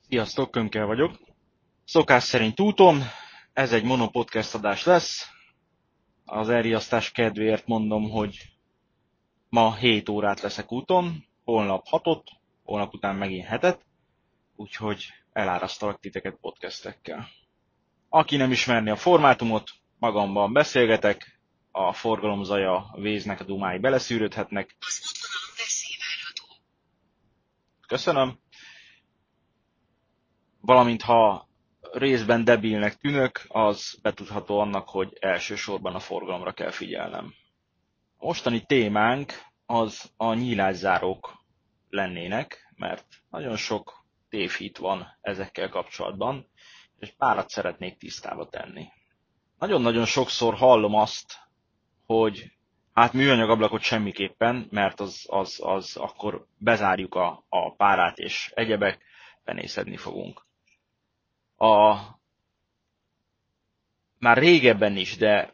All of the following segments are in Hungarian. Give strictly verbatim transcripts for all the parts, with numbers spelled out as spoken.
Sziasztok, Könkel vagyok. Szokás szerint úton, ez egy monopodcast adás lesz. Az elriasztás kedvéért mondom, hogy ma hét órát leszek úton, holnap hatot, holnap után megint hetet, úgyhogy elárasztalak titeket podcastekkel. Aki nem ismerni a formátumot, magamban beszélgetek, a forgalom zaja, véznek a dumái beleszűrődhetnek. Az útvonalon veszély várható. Köszönöm. Valamint ha részben debilnek tűnök, az betudható annak, hogy elsősorban a forgalomra kell figyelnem. A mostani témánk az a nyílászárók lennének, mert nagyon sok tévhit van ezekkel kapcsolatban, és párat szeretnék tisztába tenni. Nagyon-nagyon sokszor hallom azt, hogy hát műanyagablakot semmiképpen, mert az, az, az akkor bezárjuk a, a párát és egyebek, penészedni fogunk. A, már régebben is, de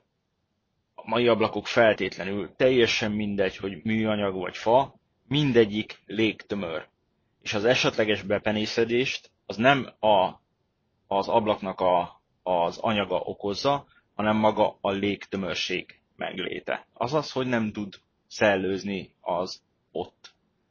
a mai ablakok feltétlenül teljesen mindegy, hogy műanyag vagy fa, mindegyik légtömör. És az esetleges bepenészedést az nem a, az ablaknak a, az anyaga okozza, hanem maga a légtömörség megléte. Azaz, hogy nem tud szellőzni az ott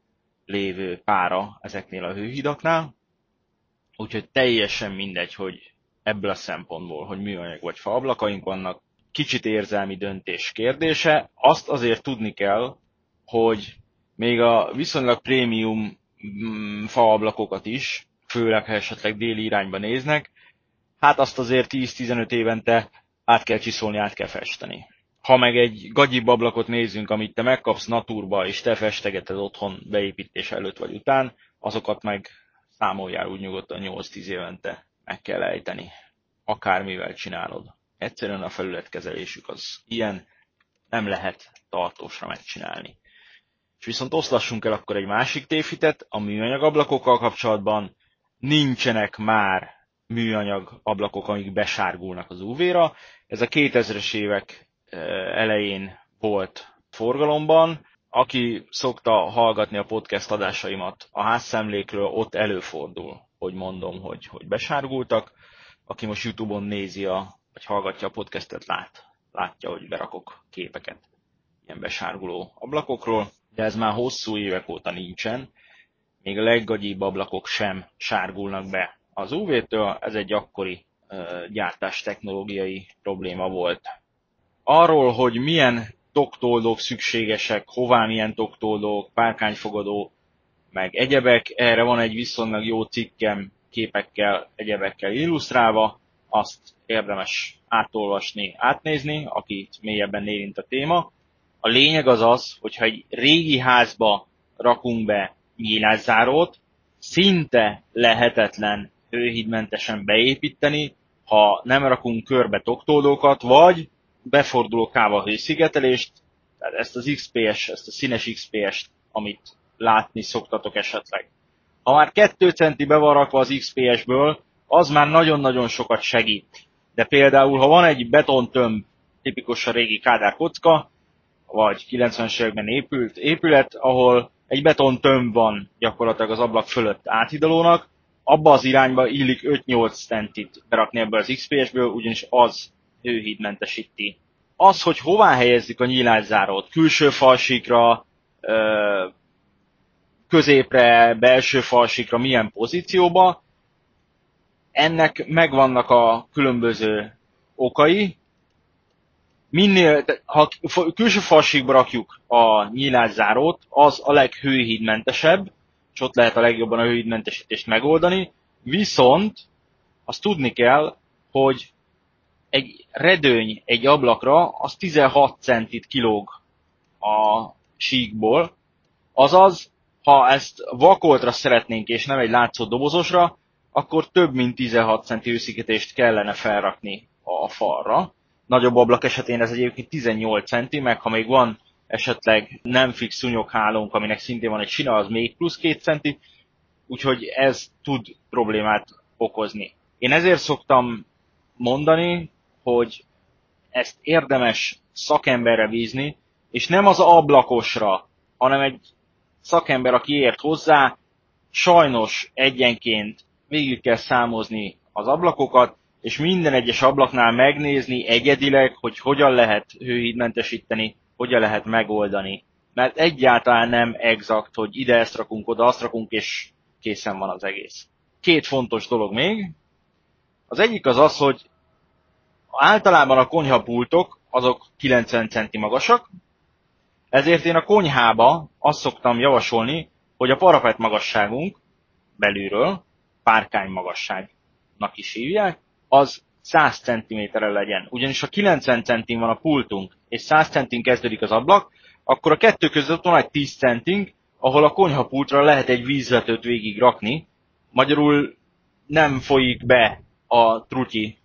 lévő pára ezeknél a hőhidaknál, úgyhogy teljesen mindegy, hogy ebből a szempontból, hogy műanyag vagy fa ablakaink vannak, kicsit érzelmi döntés kérdése. Azt azért tudni kell, hogy még a viszonylag prémium mm, faablakokat is, főleg ha esetleg déli irányba néznek, hát azt azért tíz-tizenöt évente át kell csiszolni, át kell festeni. Ha meg egy gagyibb ablakot nézzünk, amit te megkapsz naturba, és te festegeted otthon beépítés előtt vagy után, azokat meg számoljál úgy nyugodtan nyolc-tíz évente meg kell ejteni. Akármivel csinálod. Egyszerűen a felületkezelésük az ilyen, nem lehet tartósra megcsinálni. És viszont oszlassunk el akkor egy másik tévhitet, a műanyag ablakokkal kapcsolatban nincsenek már műanyag ablakok, amik besárgulnak az ú vé-ra. Ez a kétezres évek elején volt forgalomban. Aki szokta hallgatni a podcast adásaimat a házszemlékről, ott előfordul, hogy mondom, hogy, hogy besárgultak. Aki most YouTube-on nézi, a, vagy hallgatja a podcastet, lát, látja, hogy berakok képeket ilyen besárguló ablakokról, de ez már hosszú évek óta nincsen. Még a leggagyibb ablakok sem sárgulnak be az ú vé-től, ez egy akkori uh, gyártás technológiai probléma volt. Arról, hogy milyen toktoldók szükségesek, hová milyen toktoldók, párkányfogadó, meg egyebek, erre van egy viszonylag jó cikkem képekkel, egyebekkel illusztrálva, azt érdemes átolvasni, átnézni, akit mélyebben érint a téma. A lényeg az az, hogyha egy régi házba rakunk be nyílászárót, szinte lehetetlen hőhídmentesen beépíteni, ha nem rakunk körbe toktoldókat, vagy beforduló kávahőszigetelést, tehát ezt az iksz pé es, ezt a színes iksz pé est, amit látni szoktatok esetleg. Ha már kettő centi be van rakva az iksz pé es-ből, az már nagyon-nagyon sokat segít. De például, ha van egy betontömb, tipikus a régi Kádár kocka, vagy kilencvenes években épült épület, ahol egy betontömb van gyakorlatilag az ablak fölött áthidalónak, abba az irányba illik öt-nyolc centit berakni ebből az iksz pé es-ből, ugyanis az hőhídmentesíti. Az, hogy hová helyezzük a nyílászárót, külső falsíkra, középre, belső falsíkra, milyen pozícióba, ennek megvannak a különböző okai. Minél, ha külső falsíkba rakjuk a nyílászárót, az a leghőhídmentesebb, és ott lehet a legjobban a hőhídmentesítést megoldani, viszont azt tudni kell, hogy egy redőny egy ablakra az tizenhat centit kilóg a síkból, azaz, ha ezt vakoltra szeretnénk és nem egy látszó dobozosra, akkor több mint tizenhat centi hőszigetést kellene felrakni a falra. Nagyobb ablak esetén ez egyébként tizennyolc centi, meg ha még van esetleg nem fix szúnyoghálónk, aminek szintén van egy sina, az még plusz két centi, úgyhogy ez tud problémát okozni. Én ezért szoktam mondani, hogy ezt érdemes szakemberre bízni, és nem az ablakosra, hanem egy szakember, aki ért hozzá, sajnos egyenként végig kell számozni az ablakokat, és minden egyes ablaknál megnézni egyedileg, hogy hogyan lehet hőhídmentesíteni, hogyan lehet megoldani. Mert egyáltalán nem exakt, hogy ide ezt rakunk, oda azt rakunk, és készen van az egész. Két fontos dolog még. Az egyik az az, hogy általában a konyhapultok azok kilencven centi magasak, ezért én a konyhába azt szoktam javasolni, hogy a parapet magasságunk belülről, párkány magasságnak is hívják, az száz centiméterre legyen. Ugyanis ha kilencven centin van a pultunk, és száz centin kezdődik az ablak, akkor a kettő között van egy tíz centink, ahol a konyhapultra lehet egy vízvetőt végig rakni. Magyarul nem folyik be a trutyi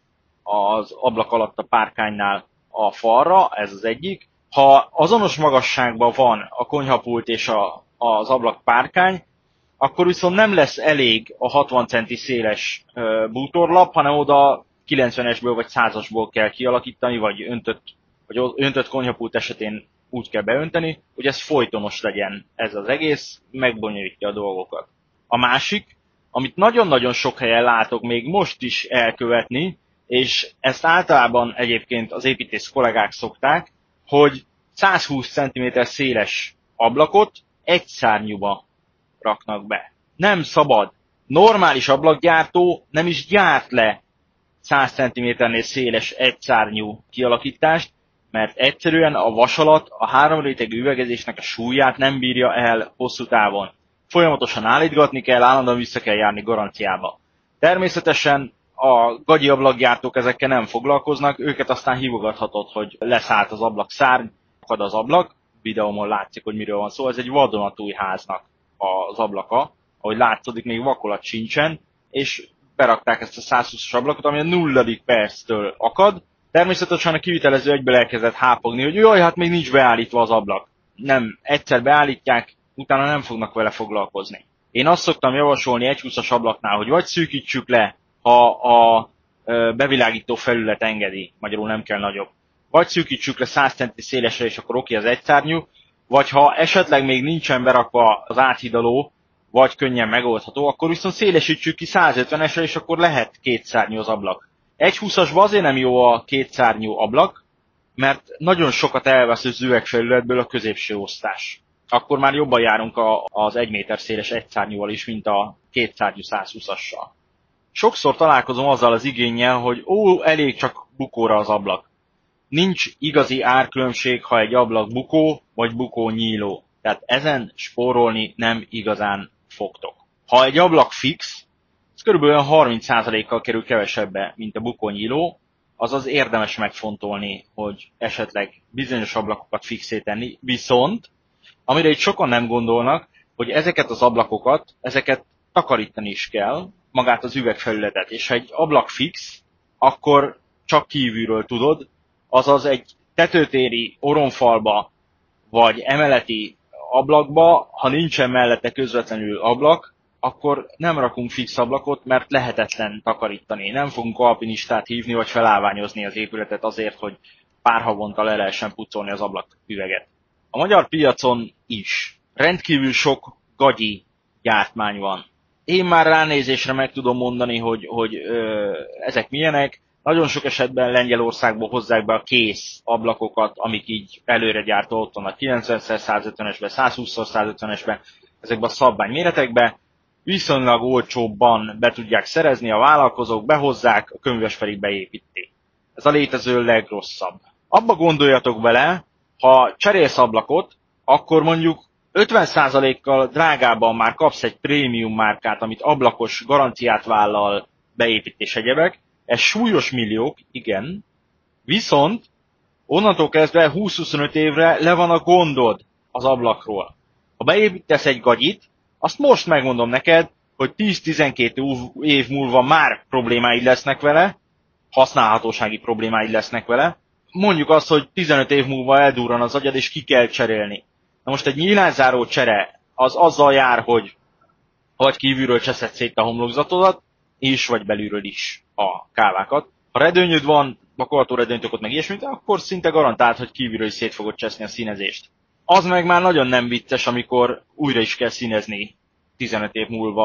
az ablak alatt a párkánynál a falra, ez az egyik. Ha azonos magasságban van a konyhapult és a, az ablak párkány, akkor viszont nem lesz elég a hatvan centi széles ö, bútorlap, hanem oda kilencvenesből vagy százasból kell kialakítani, vagy öntött, vagy öntött konyhapult esetén úgy kell beönteni, hogy ez folytonos legyen ez az egész, megbonyolítja a dolgokat. A másik, amit nagyon-nagyon sok helyen látok még most is elkövetni, és ezt általában egyébként az építész kollégák szokták, hogy százhúsz centiméter széles ablakot egy szárnyúba raknak be. Nem szabad. Normális ablakgyártó nem is gyárt le száz centiméternél széles egyszárnyú kialakítást, mert egyszerűen a vas alatt a három rétegű üvegezésnek a súlyát nem bírja el hosszú távon. Folyamatosan állítgatni kell, állandóan vissza kell járni garanciába. Természetesen a gagyi ablakgyártók ezekkel nem foglalkoznak, őket aztán hívogathatod, hogy leszállt az ablak szárny, akad az ablak, videómon látszik, hogy miről van szó, ez egy vadonatúj háznak az ablaka, ahogy látszódik, még vakolat sincsen, és berakták ezt a százhúszas ablakot, ami a nulladik perctől akad. Természetesen a kivitelező egyből elkezdett hápogni, hogy jaj, hát még nincs beállítva az ablak. Nem, egyszer beállítják, utána nem fognak vele foglalkozni. Én azt szoktam javasolni egy húszas ablaknál, hogy vagy szűkítsük le, ha a bevilágító felület engedi, magyarul nem kell nagyobb. Vagy szűkítsük le száz centi szélesre, és akkor oké az egyszárnyú, vagy ha esetleg még nincsen berakva az áthidaló, vagy könnyen megoldható, akkor viszont szélesítsük ki száz ötvenesre, és akkor lehet kétszárnyú az ablak. egy húszasban azért nem jó a kétszárnyú ablak, mert nagyon sokat elvesz az üvegfelületből a középső osztás. Akkor már jobban járunk a, az egy méter széles egyszárnyúval is, mint a kétszárnyú százhúszassal. Sokszor találkozom azzal az igénnyel, hogy ó, elég csak bukóra az ablak. Nincs igazi árkülönbség, ha egy ablak bukó, vagy bukó nyíló. Tehát ezen spórolni nem igazán fogtok. Ha egy ablak fix, ez körülbelül harminc százalékkal kerül kevesebbe, mint a bukó nyíló, azaz érdemes megfontolni, hogy esetleg bizonyos ablakokat fixé tenni. Viszont, amire itt sokan nem gondolnak, hogy ezeket az ablakokat, ezeket takarítani is kell, magát az üvegfelületet. És ha egy ablak fix, akkor csak kívülről tudod, azaz egy tetőtéri oromfalba, vagy emeleti ablakba, ha nincsen mellette közvetlenül ablak, akkor nem rakunk fix ablakot, mert lehetetlen takarítani. Nem fogunk alpinistát hívni, vagy felállványozni az épületet azért, hogy pár havonta le lehessen pucolni az ablaküveget. A magyar piacon is rendkívül sok gagyi gyártmány van. Én már ránézésre meg tudom mondani, hogy, hogy ö, ezek milyenek. Nagyon sok esetben Lengyelországból hozzák be a kész ablakokat, amik így előre gyártva ott vannak kilencven száz ötvenesben, száz húsz száz ötvenesben, ezekben a szabvány méretekben. Viszonylag olcsóbban be tudják szerezni a vállalkozók, behozzák, a könyves pedig beépíti. Ez a létező legrosszabb. Abba gondoljatok bele, ha cserélsz ablakot, akkor mondjuk ötven százalékkal drágábban már kapsz egy prémium márkát, amit ablakos garanciát vállal, beépítés egyebek. Ez súlyos milliók, igen, viszont onnantól kezdve húsz-huszonöt évre le van a gondod az ablakról. Ha beépítesz egy gagyit, azt most megmondom neked, hogy tíz-tizenkét év múlva már problémáid lesznek vele, használhatósági problémáid lesznek vele. Mondjuk azt, hogy tizenöt év múlva eldurran az agyad, és ki kell cserélni. Na most egy nyílászáró csere az azzal jár, hogy vagy kívülről cseszed szét a homlokzatodat, és vagy belülről is a kávákat. Ha redőnyöd van, vakolható redőnytökot meg ilyesmit, akkor szinte garantált, hogy kívülről is szét fogod cseszni a színezést. Az meg már nagyon nem vicces, amikor újra is kell színezni tizenöt év múlva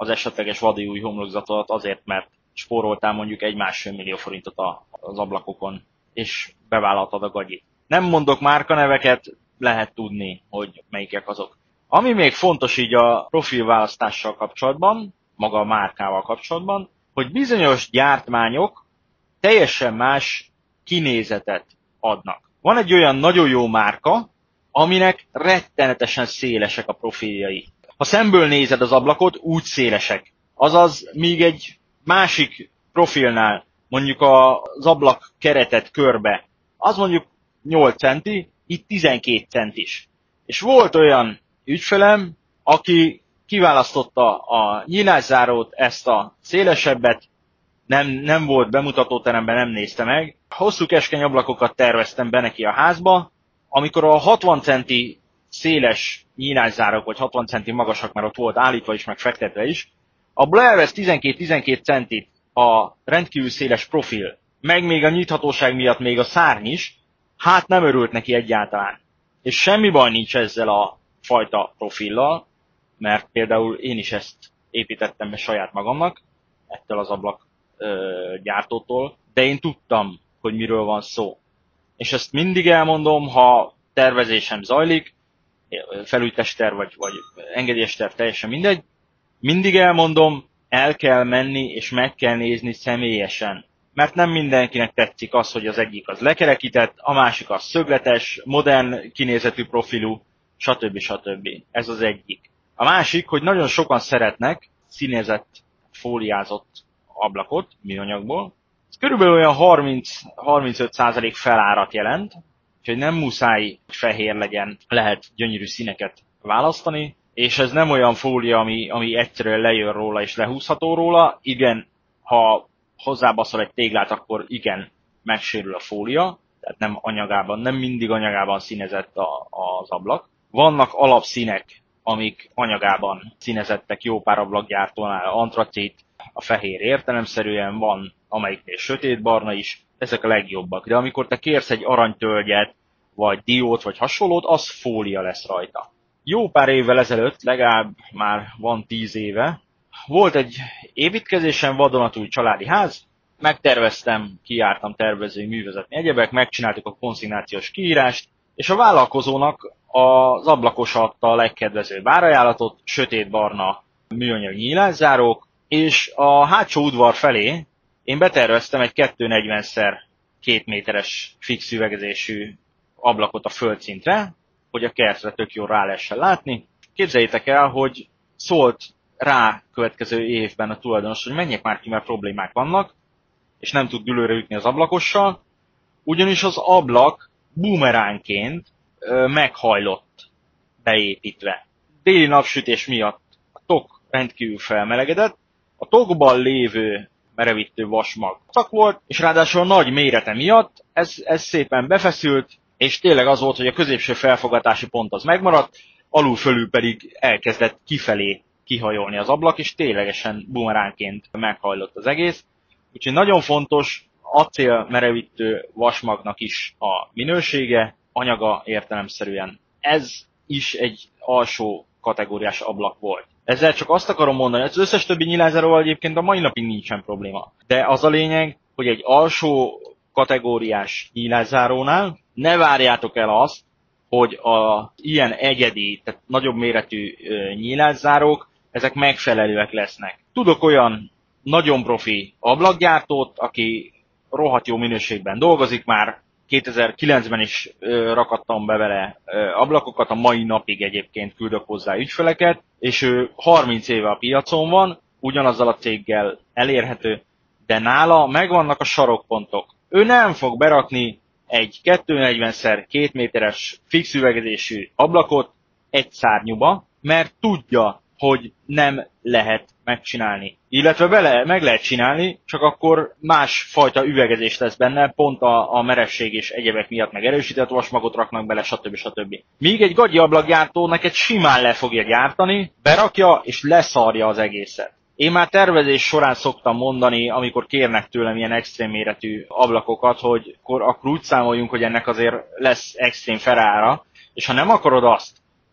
az esetleges vadi új homlokzatot azért, mert spóroltál mondjuk egy másfél millió forintot az ablakokon, és bevállaltad a gagyit. Nem mondok márkaneveket, lehet tudni, hogy melyikek azok. Ami még fontos így a profilválasztással kapcsolatban, maga a márkával kapcsolatban, hogy bizonyos gyártmányok teljesen más kinézetet adnak. Van egy olyan nagyon jó márka, aminek rettenetesen szélesek a profiljai. Ha szemből nézed az ablakot, úgy szélesek. Azaz, míg egy másik profilnál, mondjuk az ablak keretet körbe, az mondjuk nyolc centi, itt tizenkét centis. És volt olyan ügyfelem, aki kiválasztotta a nyílászárót, ezt a szélesebbet, nem, nem volt bemutatóteremben, nem nézte meg. Hosszú keskeny ablakokat terveztem be neki a házba, amikor a hatvan centi széles nyílászárok, vagy hatvan centi magasak, mert ott volt állítva is, meg fektetve is, abból elvesz tizenkét-tizenkét centit a rendkívül széles profil, meg még a nyithatóság miatt még a szárny is, hát nem örült neki egyáltalán. És semmi baj nincs ezzel a fajta profillal, mert például én is ezt építettem be saját magamnak, ettől az ablak ö, gyártótól, de én tudtam, hogy miről van szó. És ezt mindig elmondom, ha tervezésem zajlik, felújítás terv vagy, vagy engedélyes terv, teljesen mindegy, mindig elmondom, el kell menni és meg kell nézni személyesen. Mert nem mindenkinek tetszik az, hogy az egyik az lekerekített, a másik az szögletes, modern kinézetű profilú, stb. stb. Ez az egyik. A másik, hogy nagyon sokan szeretnek színezett, fóliázott ablakot műanyagból. Ez körülbelül olyan harminc-harmincöt százalék felárat jelent, úgyhogy nem muszáj, hogy fehér legyen, lehet gyönyörű színeket választani, és ez nem olyan fólia, ami, ami egyszerűen lejön róla és lehúzható róla. Igen, ha hozzábaszol egy téglát, akkor igen, megsérül a fólia, tehát nem anyagában, nem mindig anyagában színezett a, az ablak. Vannak alapszínek, amik anyagában színezettek jó pár ablakgyártónál, antracit, a fehér értelemszerűen van, amelyiknél sötétbarna is, ezek a legjobbak. De amikor te kérsz egy aranytölgyet, vagy diót, vagy hasonlót, az fólia lesz rajta. Jó pár évvel ezelőtt, legalább már van tíz éve, volt egy építkezésen vadonatúj családi ház, megterveztem, kijártam tervezői, művezetni egyebek, megcsináltuk a konszignációs kiírást, és a vállalkozónak az ablakos adta a legkedvezőbb árajánlatot, sötétbarna műanyag nyílászárók, és a hátsó udvar felé én beterveztem egy kétszáznegyven szer két méteres fix üvegezésű ablakot a földszintre, hogy a kertre tök jól rá lehessen látni. Képzeljétek el, hogy szólt rá következő évben a tulajdonos, hogy menjek már ki, mert problémák vannak, és nem tud dülőre ütni az ablakossal, ugyanis az ablak bumeránként ö, meghajlott beépítve. Déli napsütés miatt a tok rendkívül felmelegedett, a tokban lévő merevítő vasmag szak volt, és ráadásul a nagy mérete miatt ez, ez szépen befeszült, és tényleg az volt, hogy a középső felfogatási pont az megmaradt, alul-fölül pedig elkezdett kifelé kihajolni az ablak, és ténylegesen bumeránként meghajlott az egész. Úgyhogy nagyon fontos acél merevítő vasmagnak is a minősége, anyaga értelemszerűen. Ez is egy alsó kategóriás ablak volt. Ezzel csak azt akarom mondani, hogy az összes többi nyilázáróval egyébként a mai napig nincsen probléma. De az a lényeg, hogy egy alsó kategóriás nyilázárónál ne várjátok el azt, hogy az ilyen egyedi, tehát nagyobb méretű nyílászárók, ezek megfelelőek lesznek. Tudok olyan nagyon profi ablakgyártót, aki rohadt jó minőségben dolgozik, már kétezer-kilencben is ö, rakattam be vele ö, ablakokat, a mai napig egyébként küldök hozzá ügyfeleket, és ő harminc éve a piacon van, ugyanazzal a céggel elérhető, de nála megvannak a sarokpontok. Ő nem fog berakni egy kétszáznegyven szer két méteres fix üvegezésű ablakot egy szárnyúba, mert tudja, hogy nem lehet megcsinálni. Illetve bele, meg lehet csinálni, csak akkor más fajta üvegezés lesz benne, pont a, a merevség és egyebek miatt meg erősített vasmagot raknak bele, stb. stb. Míg egy gagyi ablakgyártó neked simán le fogja gyártani, berakja és leszarja az egészet. Én már tervezés során szoktam mondani, amikor kérnek tőlem ilyen extrém méretű ablakokat, hogy akkor, akkor úgy számoljunk, hogy ennek azért lesz extrém felára, és ha nem akarod azt,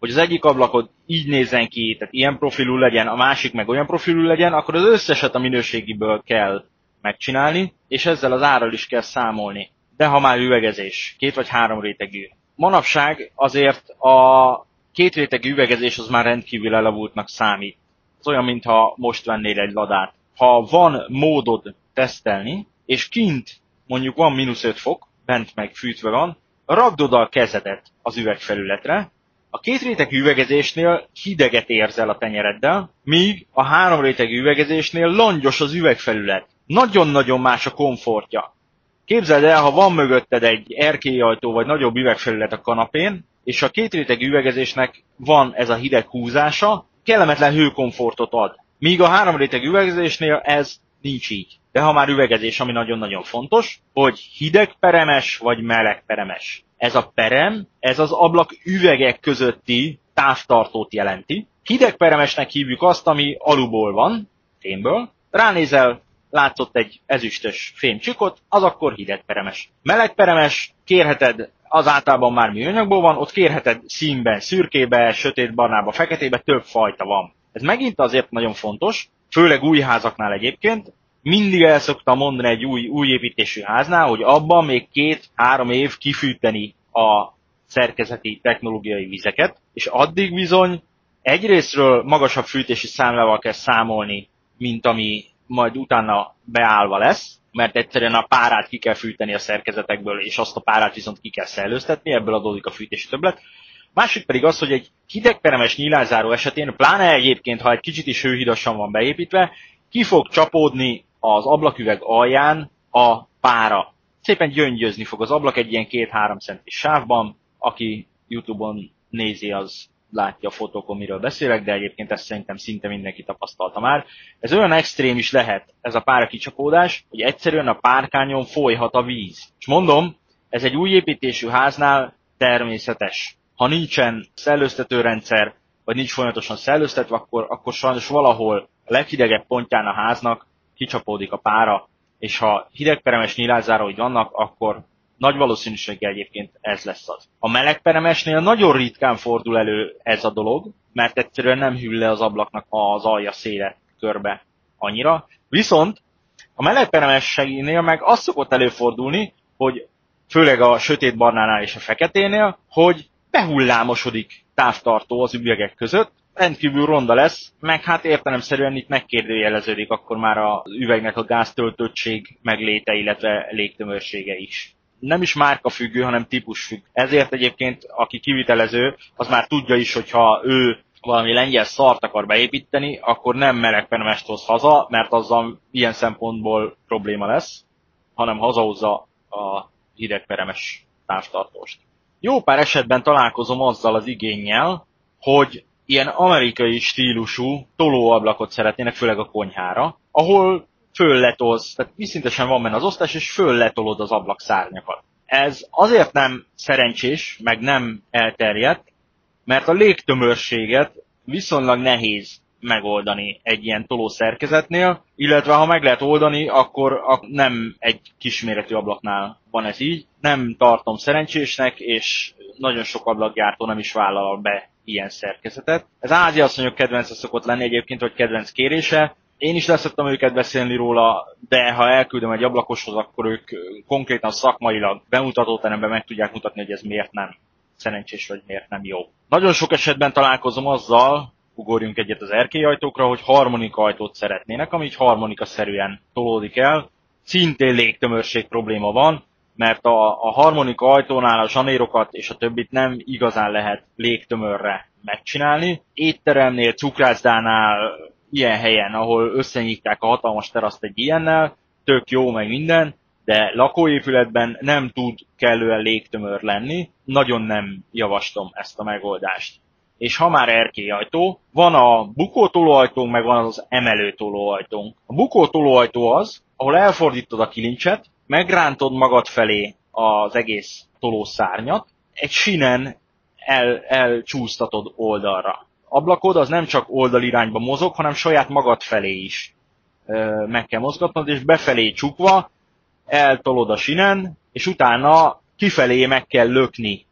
hogy az egyik ablakod így nézzen ki, tehát ilyen profilú legyen, a másik meg olyan profilú legyen, akkor az összeset a minőségiből kell megcsinálni, és ezzel az árral is kell számolni. De ha már üvegezés, két vagy három rétegű. Manapság azért a két rétegű üvegezés az már rendkívül elavultnak számít. Ez olyan, mintha most vennél egy ladát. Ha van módod tesztelni, és kint mondjuk van mínusz öt fok, bent meg fűtve van, ragd oda a kezedet az üvegfelületre. A két rétegű üvegezésnél hideget érzel a tenyereddel, míg a három rétegű üvegezésnél langyos az üvegfelület. Nagyon-nagyon más a komfortja. Képzeld el, ha van mögötted egy erkélyajtó vagy nagyobb üvegfelület a kanapén, és a két rétegű üvegezésnek van ez a hideg húzása, kellemetlen hőkomfortot ad. Míg a három rétegű üvegezésnél ez nincs így. De ha már üvegezés, ami nagyon-nagyon fontos, hogy hidegperemes vagy melegperemes. Ez a perem, ez az ablak üvegek közötti távtartót jelenti. Hidegperemesnek hívjuk azt, ami aluból van, fémből. Ránézel, látszott egy ezüstös fémcsükot, az akkor hidegperemes. Melegperemes, kérheted, az általában már műanyagból van, ott kérheted színben, szürkébe, sötétbarnába, feketébe, több fajta van. Ez megint azért nagyon fontos, főleg új házaknál egyébként. Mindig el szoktam mondani egy új, új építésű háznál, hogy abban még két-három év kifűteni a szerkezeti technológiai vizeket, és addig bizony egyrésztről magasabb fűtési számlával kell számolni, mint ami majd utána beállva lesz, mert egyszerűen a párát ki kell fűteni a szerkezetekből, és azt a párát viszont ki kell szellőztetni, ebből adódik a fűtési többlet. Másik pedig az, hogy egy hidegperemes nyílászáró esetén, pláne egyébként, ha egy kicsit is hőhidasan van beépítve, ki fog csapódni az ablaküveg alján a pára. Szépen gyöngyözni fog az ablak egy ilyen két-három centis sávban. Aki YouTube-on nézi, az látja a fotókon, miről beszélek, de egyébként ezt szerintem szinte mindenki tapasztalta már. Ez olyan extrém is lehet, ez a pára kicsapódás, hogy egyszerűen a párkányon folyhat a víz. És mondom, ez egy új építésű háznál természetes. Ha nincsen szellőztetőrendszer, vagy nincs folyamatosan szellőztetve, akkor, akkor sajnos valahol a leghidegebb pontján a háznak kicsapódik a pára, és ha hidegperemes nyílászáróid vannak, akkor nagy valószínűséggel egyébként ez lesz az. A melegperemesnél nagyon ritkán fordul elő ez a dolog, mert egyszerűen nem hűl le az ablaknak az alja széle körbe annyira. Viszont a melegperemességnél meg az szokott előfordulni, hogy főleg a sötétbarnánál és a feketénél, hogy behullámosodik távtartó az üvegek között, rendkívül ronda lesz, meg hát értelemszerűen itt megkérdőjeleződik akkor már az üvegnek a gáztöltöttség megléte, illetve légtömörsége is. Nem is márka függő, hanem típus függ. Ezért egyébként, aki kivitelező, az már tudja is, hogyha ő valami lengyel szart akar beépíteni, akkor nem melegperemest hoz haza, mert azzal ilyen szempontból probléma lesz, hanem hazahozza a hidegperemes távtartóst. Jó pár esetben találkozom azzal az igénnyel, hogy ilyen amerikai stílusú tolóablakot szeretnének, főleg a konyhára, ahol fölletolsz, tehát viszintesen van benne az osztás, és fölletolod az ablakszárnyakat. Ez azért nem szerencsés, meg nem elterjedt, mert a légtömörséget viszonylag nehéz megoldani egy ilyen tolószerkezetnél, illetve ha meg lehet oldani, akkor nem egy kisméretű ablaknál van ez így. Nem tartom szerencsésnek, és nagyon sok ablakgyártó nem is vállal be ilyen szerkezetet. Ez háziasszonyok kedvence szokott lenni egyébként, vagy kedvenc kérése. Én is leszoktam őket beszélni róla, de ha elküldöm egy ablakoshoz, akkor ők konkrétan szakmailag bemutatóteremben meg tudják mutatni, hogy ez miért nem szerencsés, vagy miért nem jó. Nagyon sok esetben találkozom azzal, ugorjunk egyet az erkélyajtókra, hogy harmonika ajtót szeretnének, ami így harmonikaszerűen tolódik el. Szintén légtömörség probléma van, mert a, a harmonika ajtónál a zsanérokat és a többit nem igazán lehet légtömörre megcsinálni. Étteremnél, cukrászdánál, ilyen helyen, ahol összenyitják a hatalmas teraszt egy ilyennel, tök jó meg minden, de lakóépületben nem tud kellően légtömör lenni, nagyon nem javaslom ezt a megoldást. És ha már erkélyajtó, van a bukótolóajtónk, meg van az emelőtolóajtónk. A bukótolóajtó az, ahol elfordítod a kilincset, megrántod magad felé az egész tolószárnyat, egy sinen el, elcsúsztatod oldalra. Ablakod az nem csak oldalirányba mozog, hanem saját magad felé is ö, meg kell mozgatnod, és befelé csukva eltolod a sinen, és utána kifelé meg kell lökni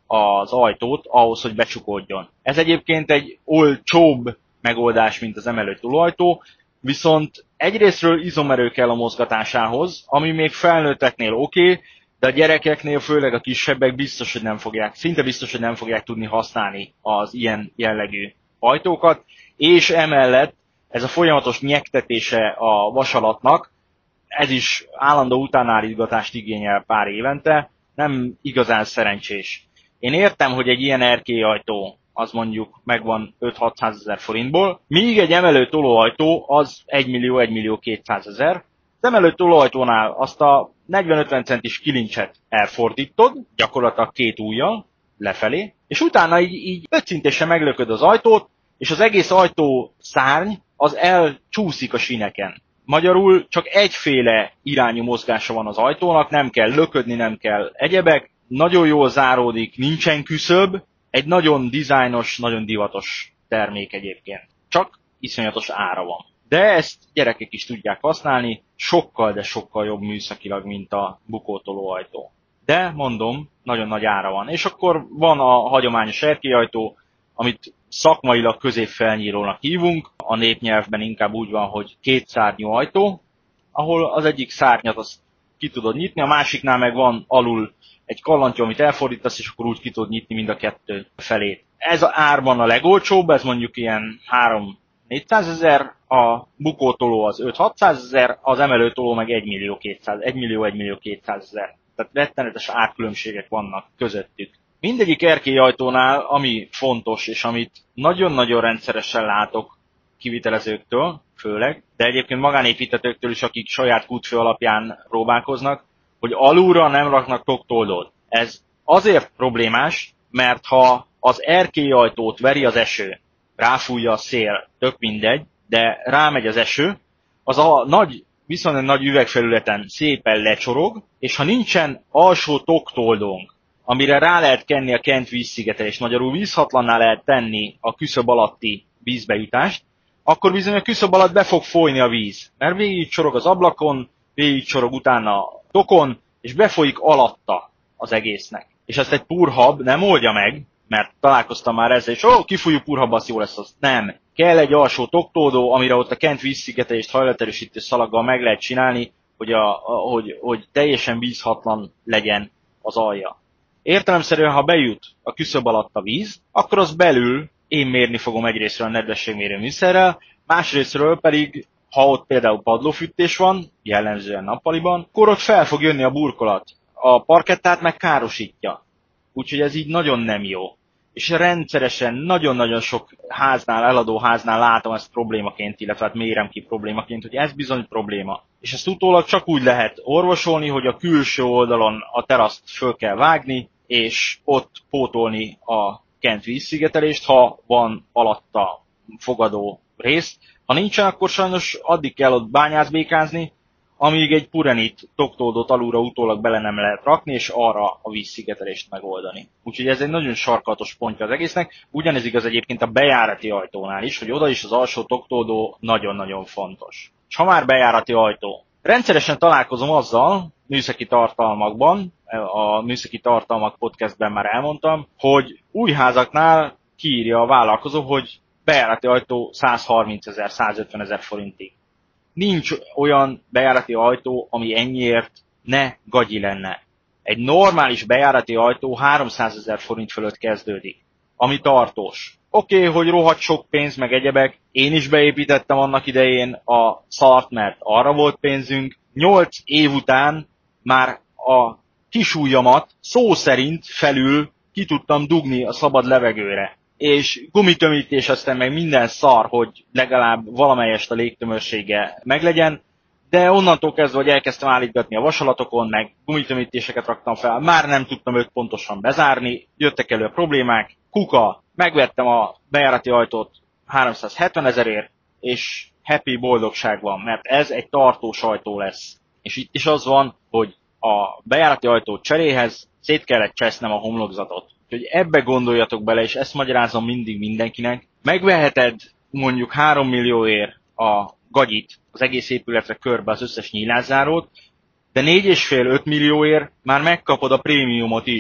az ajtót ahhoz, hogy becsukódjon. Ez egyébként egy olcsóbb megoldás, mint az emelő tolóajtó, viszont egyrésztről izomerő kell a mozgatásához, ami még felnőtteknél oké, okay, de a gyerekeknél, főleg a kisebbek biztos, hogy nem fogják, szinte biztos, hogy nem fogják tudni használni az ilyen jellegű ajtókat, és emellett ez a folyamatos nyektetése a vasalatnak, ez is állandó utánállítgatást igényel pár évente, nem igazán szerencsés. Én értem, hogy egy ilyen erkélyajtó az mondjuk megvan öt-hatszázezer forintból, míg egy emelő tolóajtó az egy millió egy millió kétszázezer. Az emelő tolóajtónál azt a negyven-ötven centis kilincset elfordítod, gyakorlatilag két ujjal, lefelé, és utána így, így öt szintesen meglököd az ajtót, és az egész ajtó szárny az elcsúszik a síneken. Magyarul csak egyféle irányú mozgása van az ajtónak, nem kell löködni, nem kell egyebek, nagyon jól záródik, nincsen küszöb, egy nagyon dizájnos, nagyon divatos termék egyébként. Csak iszonyatos ára van. De ezt gyerekek is tudják használni, sokkal, de sokkal jobb műszakilag, mint a bukótolóajtó. De mondom, nagyon nagy ára van. És akkor van a hagyományos erkélyajtó, amit szakmailag középfelnyírónak hívunk, a népnyelvben inkább úgy van, hogy két szárnyú ajtó, ahol az egyik szárnyat azt ki tudod nyitni, a másiknál meg van alul egy kallantyú, amit elfordítasz, és akkor úgy ki tudod nyitni mind a kettő felét. Ez a árban a legolcsóbb, ez mondjuk ilyen három-négyszázezer, a bukótoló az öt-hatszázezer, az emelőtoló meg egy millió egy millió kétszázezer. Tehát rettenetes árkülönbségek vannak közöttük. Mindegyik erkélyajtónál, ami fontos, és amit nagyon-nagyon rendszeresen látok kivitelezőktől, főleg, de egyébként magánépítetőktől is, akik saját kútfő alapján próbálkoznak, hogy alulra nem raknak toktoldót. Ez azért problémás, mert ha az erkélyajtót veri az eső, ráfújja a szél, tök mindegy, de rámegy az eső, az a nagy, viszonylag nagy üvegfelületen szépen lecsorog, és ha nincsen alsó toktoldónk, amire rá lehet kenni a kent vízszigetelést, magyarul vízhatlanná lehet tenni a küszöb alatti vízbejutást, akkor bizony a küszöb alatt be fog folyni a víz. Mert végig csorog az ablakon, végig csorog utána a tokon, és befolyik alatta az egésznek. És ezt egy purhab nem oldja meg, mert találkoztam már ezzel, és ó, oh, kifújó purhab, az jó lesz az. Nem. Kell egy alsó toktódó, amire ott a kent vízszigetelést hajlaterősítő szalaggal meg lehet csinálni, hogy, a, a, hogy, hogy teljesen vízhatlan legyen az alja. Értelemszerűen, ha bejut a küszöb alatt a víz, akkor az belül én mérni fogom egyrésztről a nedvességmérő műszerrel, másrésztről pedig, ha ott például padlófűtés van, jellemzően nappaliban, akkor ott fel fog jönni a burkolat. A parkettát meg károsítja. Úgyhogy ez így nagyon nem jó. És rendszeresen, nagyon-nagyon sok háznál, eladó háznál látom ezt problémaként, illetve hát mérem ki problémaként, hogy ez bizony probléma. És ezt utólag csak úgy lehet orvosolni, hogy a külső oldalon a teraszt föl kell vágni, és ott pótolni a kent vízszigetelést, ha van alatta fogadó rész. Ha nincsen, akkor sajnos addig kell ott bányászbékázni, amíg egy purenit toktódot alulra utólag bele nem lehet rakni, és arra a vízszigetelést megoldani. Úgyhogy ez egy nagyon sarkalatos pontja az egésznek. Ugyanez igaz egyébként a bejárati ajtónál is, hogy oda is az alsó toktódó nagyon-nagyon fontos. És ha már bejárati ajtó. Rendszeresen találkozom azzal, műszaki tartalmakban, a Műszaki Tartalmak podcastben már elmondtam, hogy új házaknál kiírja a vállalkozó, hogy bejárati ajtó százharmincezer, százötvenezer forintig. Nincs olyan bejárati ajtó, ami ennyiért ne gagyi lenne. Egy normális bejárati ajtó háromszázezer forint fölött kezdődik, ami tartós. Oké, okay, hogy rohadt sok pénz, meg egyebek, én is beépítettem annak idején a szart, mert arra volt pénzünk. Nyolc év után már a kisujjamat szó szerint felül ki tudtam dugni a szabad levegőre. És gumitömítés, aztán meg minden szar, hogy legalább valamelyest a légtömörsége meglegyen, de onnantól kezdve, hogy elkezdtem állítgatni a vasalatokon, meg gumitömítéseket raktam fel, már nem tudtam őt pontosan bezárni, jöttek elő a problémák, kuka, megvettem a bejárati ajtót háromszázhetven ezerért, és happy boldogság van, mert ez egy tartós ajtó lesz. És itt is az van, hogy a bejárati ajtó cseréhez szét kellett csesznem a homlokzatot. Úgyhogy ebbe gondoljatok bele, és ezt magyarázom mindig mindenkinek. Megveheted mondjuk három millióért a gagyit, az egész épületre körbe az összes nyílászárót, de négy és fél öt millióért már megkapod a prémiumot is.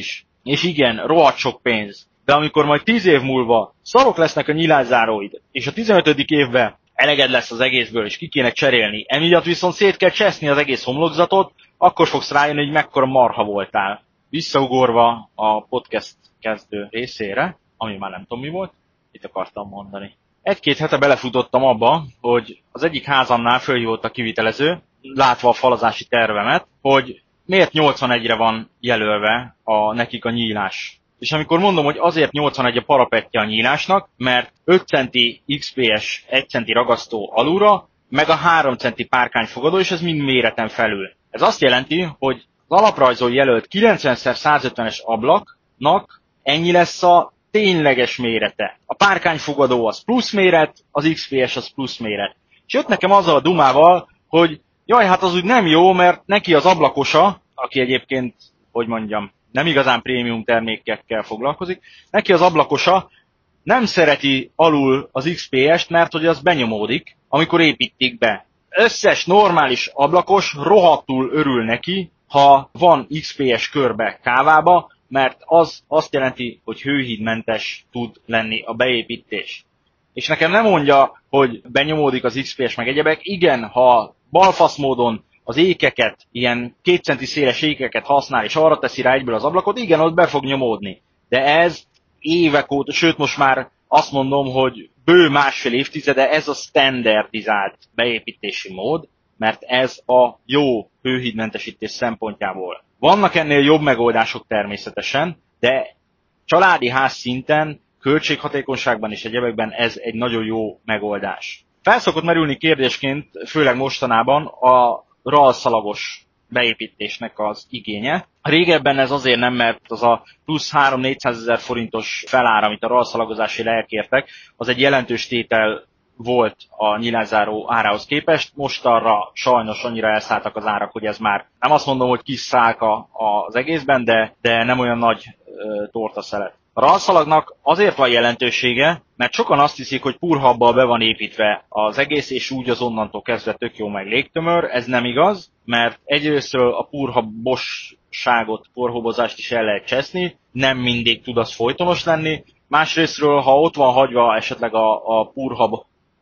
és igen, rohadt sok pénz. De amikor majd tíz év múlva szarok lesznek a nyilászáróid, és a tizenötödik évben eleged lesz az egészből, és ki kéne cserélni, emiatt viszont szét kell cseszni az egész homlokzatot, akkor fogsz rájönni, hogy mekkora marha voltál. Visszaugorva a podcast kezdő részére, ami már nem tudom mi volt, itt akartam mondani. Egy-két hete belefutottam abba, hogy az egyik házamnál fölhívott a kivitelező, látva a falazási tervemet, hogy miért nyolcvanegyre van jelölve a, nekik a nyílás. És amikor mondom, hogy azért nyolcvanegy a parapettje a nyílásnak, mert öt centi iksz pé es egy centi ragasztó alulra, meg a három centi párkányfogadó, és ez mind méreten felül. Ez azt jelenti, hogy az alaprajzon jelölt kilencven szer száz ötvenes ablaknak ennyi lesz a tényleges mérete. A párkányfogadó az plusz méret, az iksz pé es az plusz méret. És jött nekem azzal a dumával, hogy jaj, hát az úgy nem jó, mert neki az ablakosa, aki egyébként, hogy mondjam, nem igazán prémium termékekkel foglalkozik, neki az ablakosa nem szereti alul az iksz pé est, mert hogy az benyomódik, amikor építik be. Összes normális ablakos rohadtul örül neki, ha van iksz pé es körbe kávába, mert az azt jelenti, hogy hőhídmentes tud lenni a beépítés. És nekem nem mondja, hogy benyomódik az iksz pé es meg egyebek. Igen, ha balfasz módon az ékeket, ilyen két centi széles ékeket használ, és arra teszi rá egyből az ablakot, igen, ott be fog nyomódni. De ez évek óta, sőt most már azt mondom, hogy bő másfél évtizede ez a standardizált beépítési mód, mert ez a jó hőhídmentesítés szempontjából. Vannak ennél jobb megoldások természetesen, de családi ház szinten, költséghatékonyságban és egyebekben ez egy nagyon jó megoldás. Felszokott merülni kérdésként, főleg mostanában a ralszalagos beépítésnek az igénye. Régebben ez azért nem, mert az a plusz három-négyszázezer forintos felár, amit a ralszalagozásért elkértek, az egy jelentős tétel volt a nyilászáró árához képest. Most arra sajnos annyira elszálltak az árak, hogy ez már nem azt mondom, hogy kis szálka az egészben, de, de nem olyan nagy ö, tortaszelet. A ralszalagnak azért van jelentősége, mert sokan azt hiszik, hogy purhabbal be van építve az egész, és úgy az onnantól kezdve tök jó meg légtömör. Ez nem igaz, mert egyrésztről a purhabosságot, porhobozást is el lehet cseszni, nem mindig tud az folytonos lenni. Másrésztről, ha ott van hagyva esetleg a, a purhab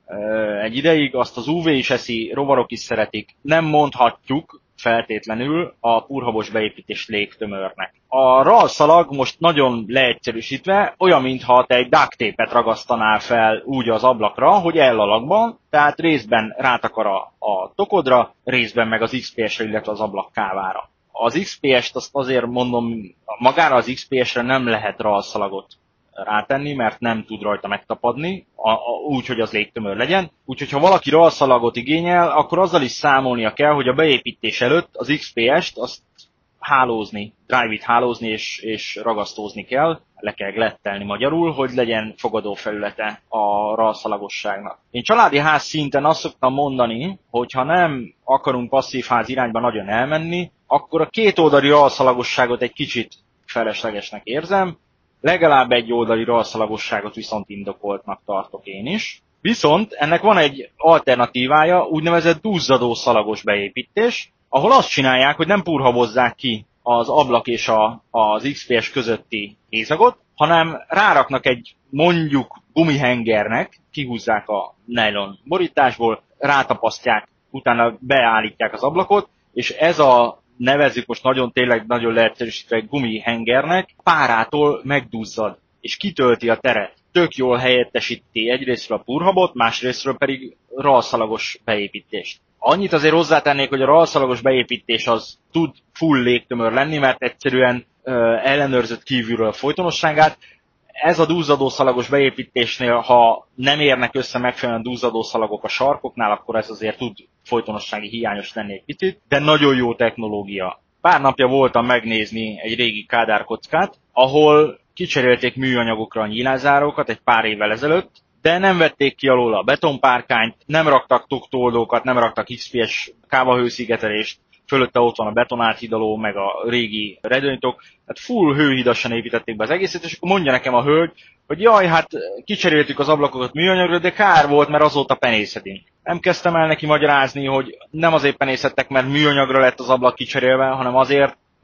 egy ideig, azt az ú vé is eszi, rovarok is szeretik. Nem mondhatjuk feltétlenül a purhabos beépítés légtömörnek. A ralszalag most nagyon leegyszerűsítve olyan, mintha te egy duct tape-et ragasztanál fel úgy az ablakra, hogy ellalakban, tehát részben rátakar a, a tokodra, részben meg az iksz pé esre, illetve az ablak kávára. Az iksz pé est azt azért mondom, magára az iksz pé esre nem lehet ralszalagot rátenni, mert nem tud rajta megtapadni, a, a, úgy, hogy az légtömör legyen. Úgyhogy ha valaki ralszalagot igényel, akkor azzal is számolnia kell, hogy a beépítés előtt az iksz pé est azt hálózni, drive-it hálózni és, és ragasztózni kell, le kell glettelni magyarul, hogy legyen fogadó felülete a ralszalagosságnak. Én családi ház szinten azt szoktam mondani, hogy ha nem akarunk passzív ház irányba nagyon elmenni, akkor a két oldali ralszalagosságot egy kicsit feleslegesnek érzem, legalább egy oldali ralszalagosságot viszont indokoltnak tartok én is. Viszont ennek van egy alternatívája, úgynevezett duzzadó szalagos beépítés, ahol azt csinálják, hogy nem purhabozzák ki az ablak és a, az iksz pé es közötti hézagot, hanem ráraknak egy mondjuk gumihengernek, kihúzzák a nylon borításból, rátapasztják, utána beállítják az ablakot, és ez a nevezzük most nagyon tényleg nagyon leegyszerűsítve egy gumihengernek, párától megduzzad, és kitölti a teret. Tök jól helyettesíti egyrésztről a purhabot, másrésztről pedig ralszalagos beépítést. Annyit azért hozzátennék, hogy a ralszalagos beépítés az tud full légtömör lenni, mert egyszerűen ö, ellenőrzött kívülről a folytonosságát. Ez a duzzadószalagos beépítésnél, ha nem érnek össze megfelelően duzzadószalagok a sarkoknál, akkor ez azért tud folytonossági hiányos lenni egy picit, de nagyon jó technológia. Pár napja voltam megnézni egy régi Kádár kockát, ahol kicserélték műanyagokra a nyílászárókat egy pár évvel ezelőtt, de nem vették ki alól a betonpárkányt, nem raktak tuktoldókat, nem raktak iksz pé es kávahőszigetelést, fölötte ott van a betonálthidaló, meg a régi redőnytok, tehát full hőhidasan építették be az egészet, és akkor mondja nekem a hölgy, hogy jaj, hát kicseréltük az ablakokat műanyagra, de kár volt, mert azóta penészetünk. Nem kezdtem el neki magyarázni, hogy nem azért penészettek, mert műanyagra lett az ablak kicserélve, hanem azért,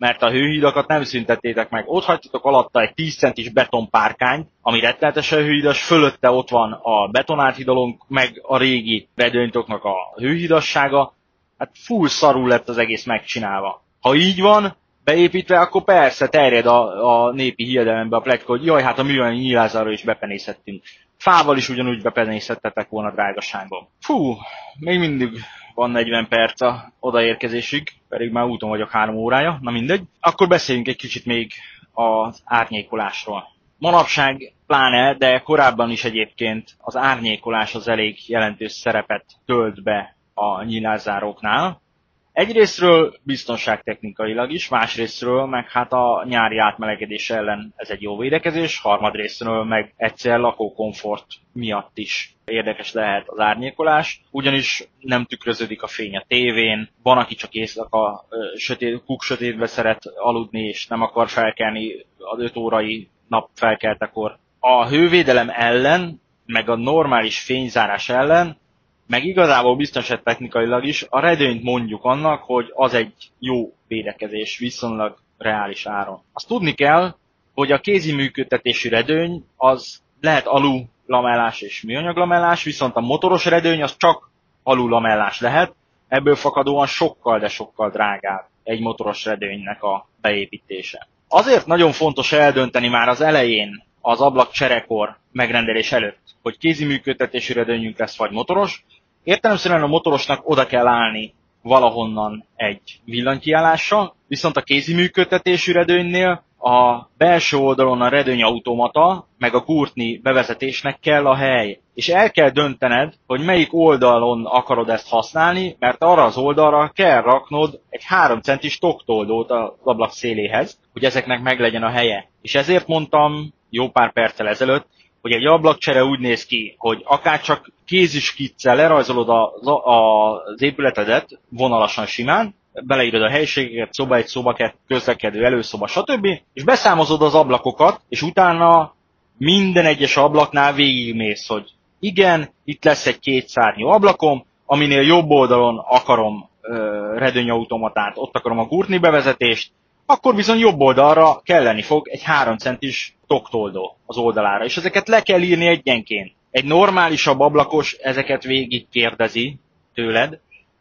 mert a hőhidakat nem szüntettétek meg. Ott hagytatok alatta egy tíz centis betonpárkányt, ami rettenetesen hőhidas, fölötte ott van a betonárhidalónk, meg a régi redőnytoknak a hőhidassága. Hát full szarul lett az egész megcsinálva. Ha így van beépítve, akkor persze terjed a, a népi hiedelembe a pletyka, hogy jaj, hát a műanyag nyílázára is bepenészhettünk. Fával is ugyanúgy bepenészhettetek volna drágaságban. Fú, még mindig van negyven perc a odaérkezésig, pedig már úton vagyok három órája, na mindegy. Akkor beszéljünk egy kicsit még az árnyékolásról. Manapság pláne, de korábban is egyébként az árnyékolás az elég jelentős szerepet tölt be a nyílászáróknál. Egyrésztről biztonságtechnikailag is, másrésztről meg hát a nyári átmelegedés ellen ez egy jó védekezés, harmadrészről meg egyszer lakókomfort miatt is érdekes lehet az árnyékolás, ugyanis nem tükröződik a fény a tévén, van, aki csak éjszaka sötét, kuk sötétbe szeret aludni, és nem akar felkelni az öt órai nap felkeltekor. A hővédelem ellen, meg a normális fényzárás ellen, meg igazából biztonságtechnikailag is a redőnyt mondjuk annak, hogy az egy jó védekezés viszonylag reális áron. Azt tudni kell, hogy a kézi működtetésű redőny az lehet alu lamellás és műanyag lamellás, viszont a motoros redőny az csak alu lamellás lehet, ebből fakadóan sokkal, de sokkal drágább egy motoros redőnynek a beépítése. Azért nagyon fontos eldönteni már az elején, az ablak cserekor megrendelés előtt, hogy kézi működtetésű redőnyünk lesz vagy motoros. Értelemszerűen a motorosnak oda kell állni valahonnan egy villanykiállással, viszont a kézi működtetésű redőnynél a belső oldalon a redőnyautomata, meg a gurtni bevezetésnek kell a hely. És el kell döntened, hogy melyik oldalon akarod ezt használni, mert arra az oldalra kell raknod egy három centis toktoldót az ablak széléhez, hogy ezeknek meglegyen a helye. És ezért mondtam jó pár perccel ezelőtt, hogy egy ablakcsere úgy néz ki, hogy akárcsak kéziskiccal lerajzolod az, az épületedet vonalasan simán, beleírod a helyiségeket, szoba egy, szoba kettő, közlekedő, előszoba, stb. És beszámozod az ablakokat, és utána minden egyes ablaknál végigmész, hogy igen, itt lesz egy kétszárnyú ablakom, aminél jobb oldalon akarom ö, redőnyautomatát, ott akarom a gurtni bevezetést, akkor bizony jobb oldalra kelleni fog egy három centis toktoldó az oldalára, és ezeket le kell írni egyenként. Egy normálisabb ablakos ezeket végig kérdezi tőled,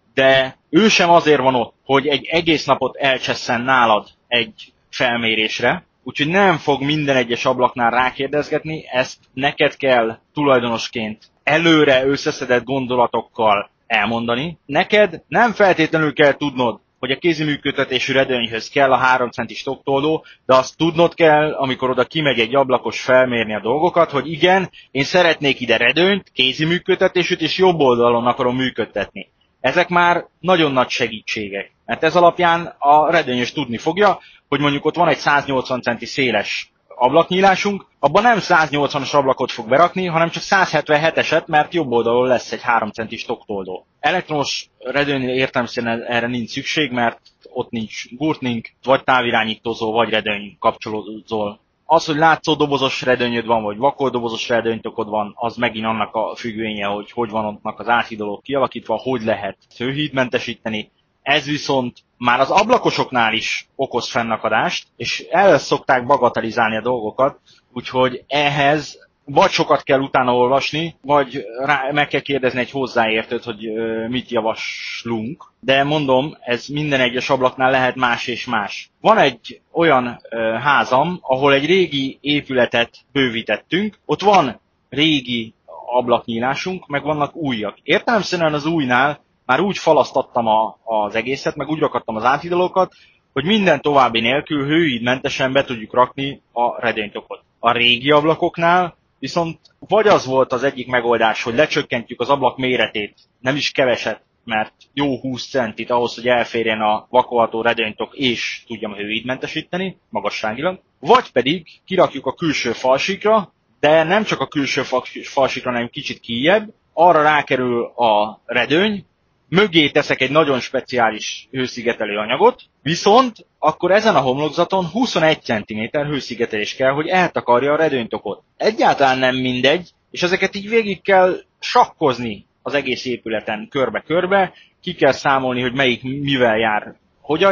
de ő sem azért van ott, hogy egy egész napot elcsesszen nálad egy felmérésre, úgyhogy nem fog minden egyes ablaknál rákérdezgetni, ezt neked kell tulajdonosként előre összeszedett gondolatokkal elmondani. Neked nem feltétlenül kell tudnod, hogy a kéziműködtetésű redőnyhöz kell a három centis toktoldó, de azt tudnod kell, amikor oda kimegy egy ablakos felmérni a dolgokat, hogy igen, én szeretnék ide redőnyt, kéziműködtetésűt, és jobb oldalon akarom működtetni. Ezek már nagyon nagy segítségek, mert ez alapján a redőnyös tudni fogja, hogy mondjuk ott van egy száznyolcvan centi széles ablaknyílásunk, abban nem száznyolcvanas ablakot fog berakni, hanem csak százhetvenheteset, mert jobb oldalon lesz egy három centis toktoldó. Elektromos redőnynél értelemszerűen erre nincs szükség, mert ott nincs gurtning, vagy távirányítózó, vagy redőny kapcsolózol. Az, hogy látszódobozos redőnyöd van, vagy vakoldobozos redőnytokod van, az megint annak a függvénye, hogy hogy van ottnak az áthidalók kialakítva, hogy lehet hőhídmentesíteni. Ez viszont már az ablakosoknál is okoz fennakadást, és el szokták bagatelizálni a dolgokat, úgyhogy ehhez vagy sokat kell utána olvasni, vagy rá, meg kell kérdezni egy hozzáértőt, hogy ö, mit javaslunk. De mondom, ez minden egyes ablaknál lehet más és más. Van egy olyan ö, házam, ahol egy régi épületet bővítettünk, ott van régi ablaknyílásunk, meg vannak újak. Értelemszerűen az újnál már úgy falasztattam a, az egészet, meg úgy rakadtam az áthidalókat, hogy minden további nélkül hőhídmentesen be tudjuk rakni a redőnytokot. A régi ablakoknál viszont vagy az volt az egyik megoldás, hogy lecsökkentjük az ablak méretét, nem is keveset, mert jó húsz centit ahhoz, hogy elférjen a vakolható redőnytok és tudjam hőhídmentesíteni magasságilag, vagy pedig kirakjuk a külső falsíkra, de nem csak a külső falsíkra, hanem kicsit kijjebb, arra rákerül a redőny, mögé teszek egy nagyon speciális hőszigetelő anyagot, viszont akkor ezen a homlokzaton huszonegy centiméter hőszigetelés kell, hogy eltakarja a redőnytokot. Egyáltalán nem mindegy, és ezeket így végig kell sakkozni az egész épületen körbe-körbe, ki kell számolni, hogy melyik mivel jár, hogyan jár,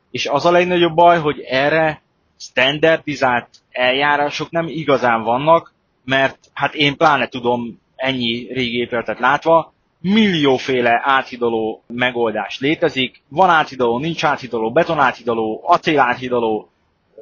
És az a legnagyobb baj, hogy erre standardizált eljárások nem igazán vannak, mert hát én pláne tudom ennyi régi épületet látva, millióféle áthidaló megoldás létezik. Van áthidaló, nincs áthidaló, betonáthidaló, acéláthidaló,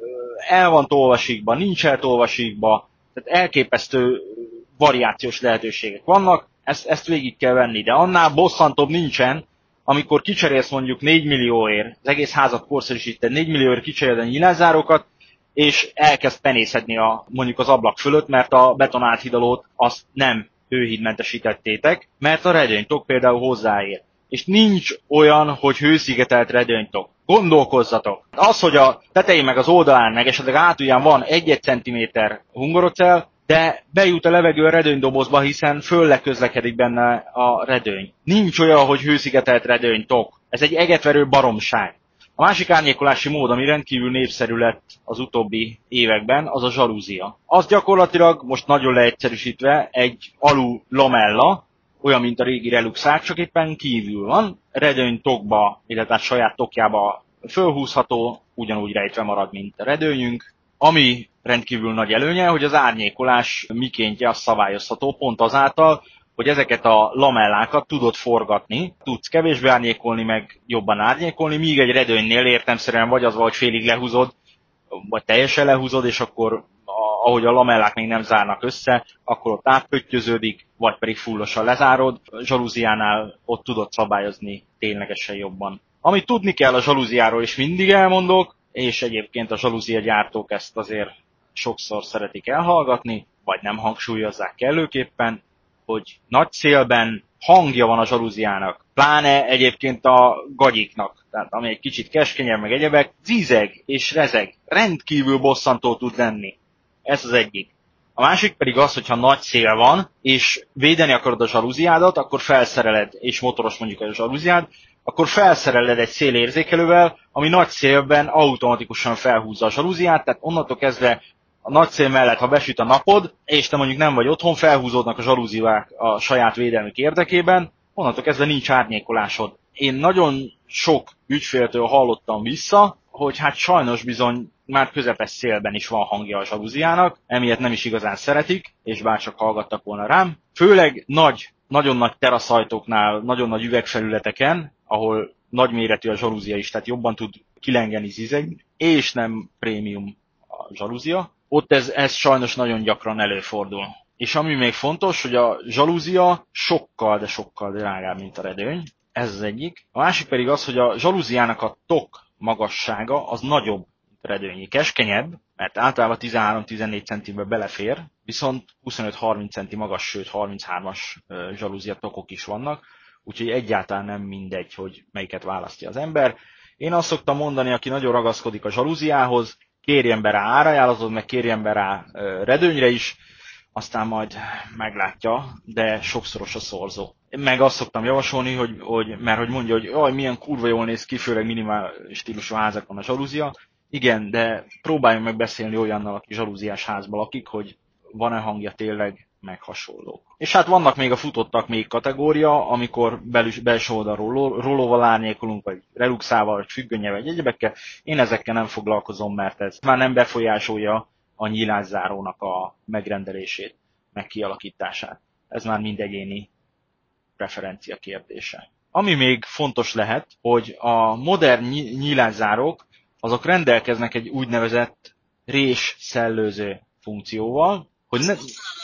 el van tolvasíkba, nincs eltolvasíkba, tehát elképesztő variációs lehetőségek vannak, ezt, ezt végig kell venni, de annál bosszantóbb nincsen, amikor kicserélsz mondjuk négy millióért, az egész házat korszerűsíted, négy millióért kicseréled a nyilázárokat, és elkezd penészedni a, mondjuk az ablak fölött, mert a betonáthidalót azt nem hőhídmentesítettétek, mert a redőnytok például hozzáér. És nincs olyan, hogy hőszigetelt redőnytok. Gondolkozzatok! Az, hogy a tetején meg az oldalán meg esetleg átulján van egy-egy centiméter hungarocell, de bejut a levegő a redőnydobozba, hiszen fölle közlekedik benne a redőny. Nincs olyan, hogy hőszigetelt redőnytok. Ez egy egetverő baromság. A másik árnyékolási mód, ami rendkívül népszerű lett az utóbbi években, az a zsalúzia. Az gyakorlatilag, most nagyon leegyszerűsítve, egy alu lamella, olyan, mint a régi reluxák, csak éppen kívül van, redőny tokba, illetve hát saját tokjába fölhúzható, ugyanúgy rejtve marad, mint a redőnyünk. Ami rendkívül nagy előnye, hogy az árnyékolás mikéntje az szabályozható, pont azáltal, hogy ezeket a lamellákat tudod forgatni, tudsz kevésbé árnyékolni, meg jobban árnyékolni, míg egy redőnynél értelemszerűen vagy az, vagy félig lehúzod, vagy teljesen lehúzod, és akkor ahogy a lamellák még nem zárnak össze, akkor ott átpöttyöződik, vagy pedig fullosan lezárod. A zsalúziánál ott tudod szabályozni ténylegesen jobban. Amit tudni kell a zsalúziáról is mindig elmondok, és egyébként a zsalúzia gyártók ezt azért sokszor szeretik elhallgatni, vagy nem hangsúlyozzák kellőképpen, hogy nagy szélben hangja van a zsalúziának, pláne egyébként a gagyiknak, tehát ami egy kicsit keskenyebb, meg egyebek, zizeg és rezeg, rendkívül bosszantó tud lenni. Ez az egyik. A másik pedig az, hogyha nagy szél van, és védeni akarod a zsalúziádat, akkor felszereled, és motoros mondjuk a zsalúziád, akkor felszereled egy szélérzékelővel, ami nagy szélben automatikusan felhúzza a zsalúziát, tehát onnantól kezdve a nagy szél mellett, ha besüt a napod, és te mondjuk nem vagy otthon, felhúzódnak a zsalúziák a saját védelmük érdekében, onnantól kezdve nincs árnyékolásod. Én nagyon sok ügyféltől hallottam vissza, hogy hát sajnos bizony már közepes szélben is van hangja a zsalúziának, emiatt nem is igazán szeretik, és bárcsak hallgattak volna rám. Főleg nagy, nagyon nagy teraszajtóknál, nagyon nagy üvegfelületeken, ahol nagyméretű a zsalúzia is, tehát jobban tud kilengeni, zizegni, és nem prémium a zsalúzia, ott ez, ez sajnos nagyon gyakran előfordul. És ami még fontos, hogy a zsalúzia sokkal, de sokkal drágább, mint a redőny. Ez az egyik. A másik pedig az, hogy a zsalúziának a tok magassága az nagyobb, mint a redőnyi. Keskenyebb, mert általában tizenhárom-tizennégy centibe belefér, viszont huszonöt-harminc centi magas, sőt harminchárom-as zsalúzia tokok is vannak, úgyhogy egyáltalán nem mindegy, hogy melyiket választja az ember. Én azt szoktam mondani, aki nagyon ragaszkodik a zsalúziához, kérjen be rá árajánlatot, meg kérjen be rá redőnyre is, aztán majd meglátja, de sokszoros a szorzó. Meg azt szoktam javasolni, hogy, hogy mert hogy mondja, hogy jaj, milyen kurva jól néz ki, főleg minimál stílusú házakon a zsalúzia. Igen, de próbáljunk meg beszélni olyannal, aki zsalúziás házban lakik, hogy van-e hangja tényleg, meg hasonló. És hát vannak még a futottak még kategória, amikor belüs, belső oldalról rolóval árnyékolunk, vagy reluxával, vagy függönnyel, vagy egyebekkel. Én ezekkel nem foglalkozom, mert ez már nem befolyásolja a nyílászárónak a megrendelését, meg kialakítását. Ez már mind egyéni preferencia kérdése. Ami még fontos lehet, hogy a modern nyílászárok azok rendelkeznek egy úgynevezett rés szellőző funkcióval, hogy ne...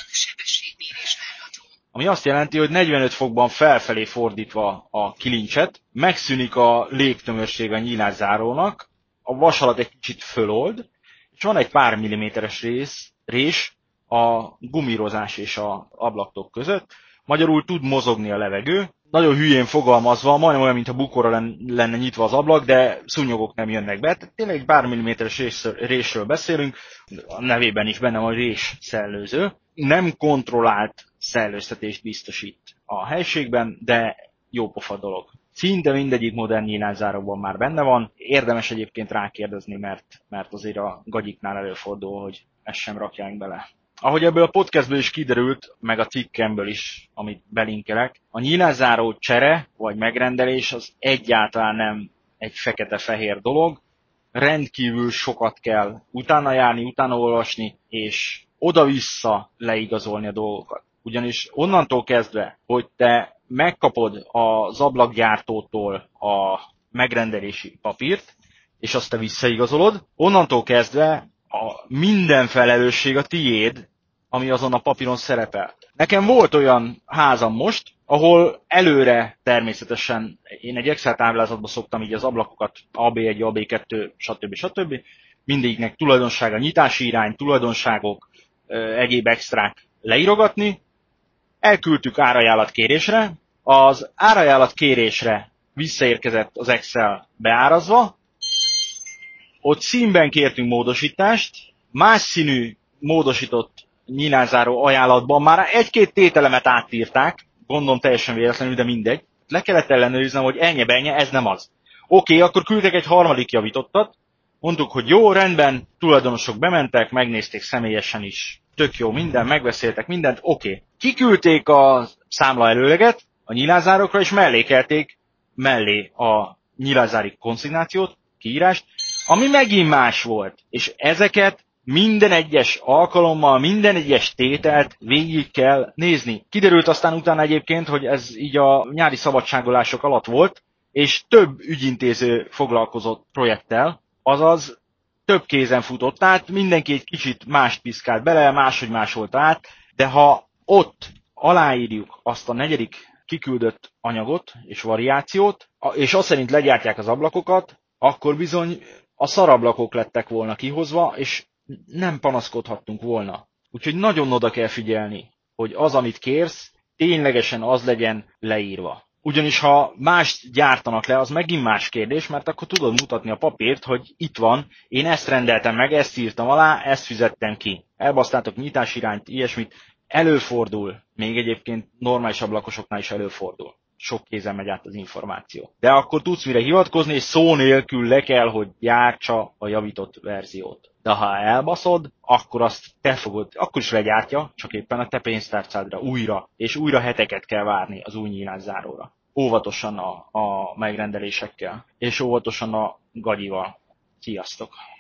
ami azt jelenti, hogy negyvenöt fokban felfelé fordítva a kilincset, megszűnik a légtömörség a nyílászárónak, a vas alatt egy kicsit fölold, és van egy pár milliméteres rész, rés a gumírozás és az ablaktok között. Magyarul tud mozogni a levegő. Nagyon hülyén fogalmazva, majdnem olyan, mintha bukóra lenne nyitva az ablak, de szúnyogok nem jönnek be. Tehát tényleg egy pár milliméteres résről beszélünk, a nevében is benne van rés szellőző. Nem kontrollált szellőztetést biztosít a helységben, de jó pofa dolog. Szinte mindegyik modern nyílászárokban már benne van. Érdemes egyébként rákérdezni, mert, mert azért a gagyiknál előfordul, hogy ezt sem rakják bele. Ahogy ebből a podcastből is kiderült, meg a cikkemből is, amit belinkelek, a nyílászáró csere vagy megrendelés az egyáltalán nem egy fekete-fehér dolog. rendkívül sokat kell utána járni, utána olvasni, és oda-vissza leigazolni a dolgokat. Ugyanis onnantól kezdve, hogy te megkapod az ablakgyártótól a megrendelési papírt, és azt te visszaigazolod, onnantól kezdve a minden felelősség a tiéd, ami azon a papíron szerepel. Nekem volt olyan házam most, ahol előre természetesen én egy Excel táblázatba szoktam így az ablakokat á bé egy, á bé kettő, stb. stb. Mindegyiknek tulajdonsága, nyitási irány, tulajdonságok, egyéb extrák leírogatni. Elküldtük árajánlatkérésre, az árajánlatkérésre visszaérkezett az Excel beárazva, ott színben kértünk módosítást, más színű módosított nyilázáró ajánlatban már egy-két tételemet átírták, gondolom teljesen véletlenül, de mindegy. Le kellett ellenőriznem, hogy ennyi benye, ez nem az. Oké, okay, akkor küldtek egy harmadik javítottat, mondtuk, hogy jó, rendben, tulajdonosok bementek, megnézték személyesen is, tök jó minden, megbeszéltek mindent, oké. Okay. Kiküldték a számla előleget a nyilázárokra, és mellékelték mellé a nyilázári konszignációt, kiírást, ami megint más volt. És ezeket minden egyes alkalommal, minden egyes tételt végig kell nézni. Kiderült aztán utána egyébként, hogy ez így a nyári szabadságolások alatt volt, és több ügyintéző foglalkozott projekttel, azaz több kézen futott, tehát mindenki egy kicsit mást piszkált bele, máshogy másolta át, de ha ott aláírjuk azt a negyedik kiküldött anyagot és variációt, és azt szerint legyártják az ablakokat, akkor bizony a szarablakok lettek volna kihozva, és nem panaszkodhattunk volna. Úgyhogy nagyon oda kell figyelni, hogy az, amit kérsz, ténylegesen az legyen leírva. Ugyanis ha mást gyártanak le, az megint más kérdés, mert akkor tudod mutatni a papírt, hogy itt van, én ezt rendeltem meg, ezt írtam alá, ezt fizettem ki. Elbasztátok nyitásirányt, ilyesmit. Előfordul, még egyébként normális ablakosoknál is előfordul. Sok kézen megy át az információ. De akkor tudsz mire hivatkozni, és szó nélkül le kell, hogy gyártsa a javított verziót. De ha elbaszod, akkor azt te fogod, akkor is legyártja, csak éppen a te pénztárcádra újra, és újra heteket kell várni az új nyílászáróra. Óvatosan a, a megrendelésekkel, és óvatosan a gagyival. Sziasztok!